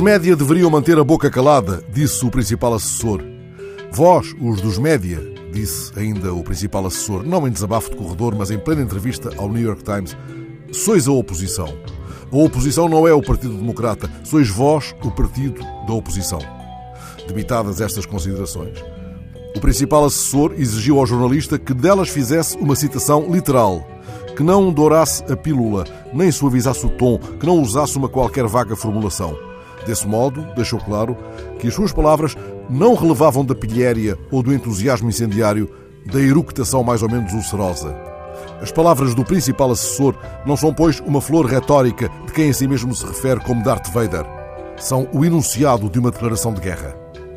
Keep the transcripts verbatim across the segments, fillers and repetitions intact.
média deveriam manter a boca calada, disse o principal assessor. Vós, os dos média, disse ainda o principal assessor, não em desabafo de corredor, mas em plena entrevista ao New York Times, sois a oposição. A oposição não é o Partido Democrata, sois vós o partido da oposição. Debitadas estas considerações, o principal assessor exigiu ao jornalista que delas fizesse uma citação literal, que não dourasse a pílula, nem suavizasse o tom, que não usasse uma qualquer vaga formulação. Desse modo, deixou claro que as suas palavras não relevavam da pilhéria ou do entusiasmo incendiário, da eructação mais ou menos ulcerosa. As palavras do principal assessor não são, pois, uma flor retórica de quem a si mesmo se refere como Darth Vader. São o enunciado de uma declaração de guerra.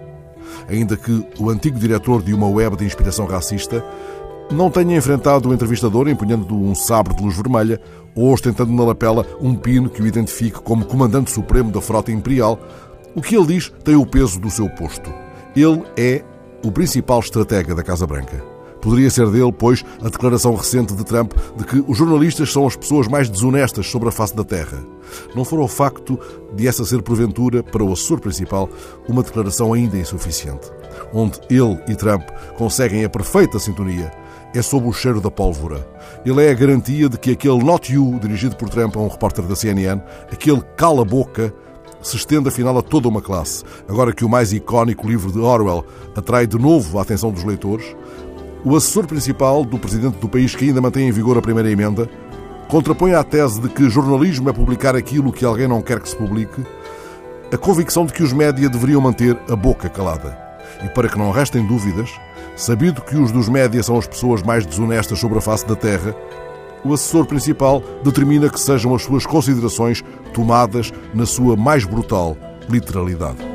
Ainda que o antigo diretor de uma web de inspiração racista não tenha enfrentado o entrevistador empunhando um sabre de luz vermelha ou ostentando na lapela um pino que o identifique como comandante supremo da frota imperial, o que ele diz tem o peso do seu posto. Ele é o principal estratega da Casa Branca. Poderia ser dele, pois, a declaração recente de Trump de que os jornalistas são as pessoas mais desonestas sobre a face da Terra. Não fora o facto de essa ser, porventura, para o assessor principal, uma declaração ainda insuficiente. Onde ele e Trump conseguem a perfeita sintonia é sob o cheiro da pólvora. Ele é a garantia de que aquele Not You, dirigido por Trump a um repórter da C N N, aquele cala-boca, se estende afinal a toda uma classe. Agora que o mais icónico livro de Orwell atrai de novo a atenção dos leitores, o assessor principal do presidente do país que ainda mantém em vigor a primeira emenda contrapõe à tese de que jornalismo é publicar aquilo que alguém não quer que se publique a convicção de que os média deveriam manter a boca calada. E para que não restem dúvidas, sabido que os dos média são as pessoas mais desonestas sobre a face da Terra, o assessor principal determina que sejam as suas considerações tomadas na sua mais brutal literalidade.